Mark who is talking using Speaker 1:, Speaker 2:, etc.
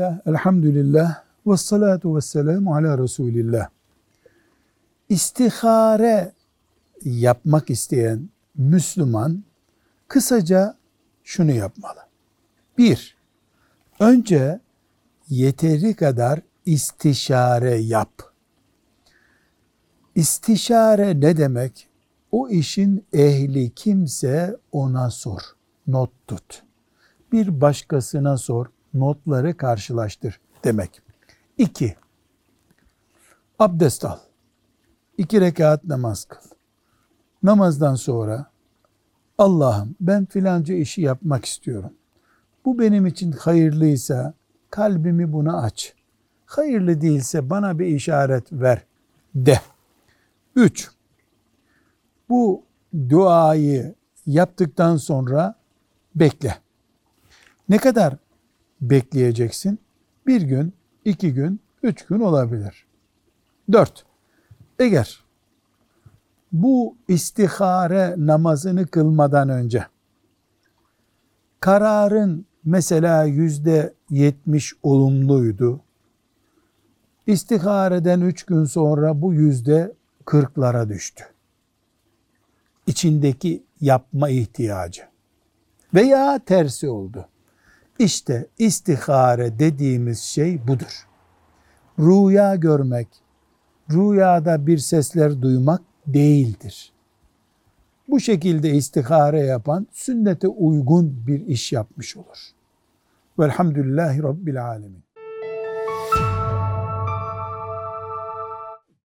Speaker 1: Bismillah, elhamdülillah, ve salatu ve selamu ala Resulillah. İstihare yapmak isteyen Müslüman kısaca şunu yapmalı. 1. Önce yeteri kadar istişare yap. İstişare ne demek? O işin ehli kimse ona sor, not tut. Bir başkasına sor, notları karşılaştır demek. 2. Abdest al. 2 rekat namaz kıl. Namazdan sonra Allah'ım ben filanca işi yapmak istiyorum. Bu benim için hayırlıysa kalbimi buna aç. Hayırlı değilse bana bir işaret ver de. 3. Bu duayı yaptıktan sonra bekle. Ne kadar bekleyeceksin? 1 gün, 2 gün, 3 gün olabilir. 4. Eğer bu istihare namazını kılmadan önce kararın mesela %70 olumluydu. İstihareden 3 gün sonra bu %40'lara düştü. İçindeki yapma ihtiyacı. Veya tersi oldu. İşte istihare dediğimiz şey budur. Rüya görmek, rüyada bir sesler duymak değildir. Bu şekilde istihare yapan sünnete uygun bir iş yapmış olur. Velhamdülillahi Rabbil alemin.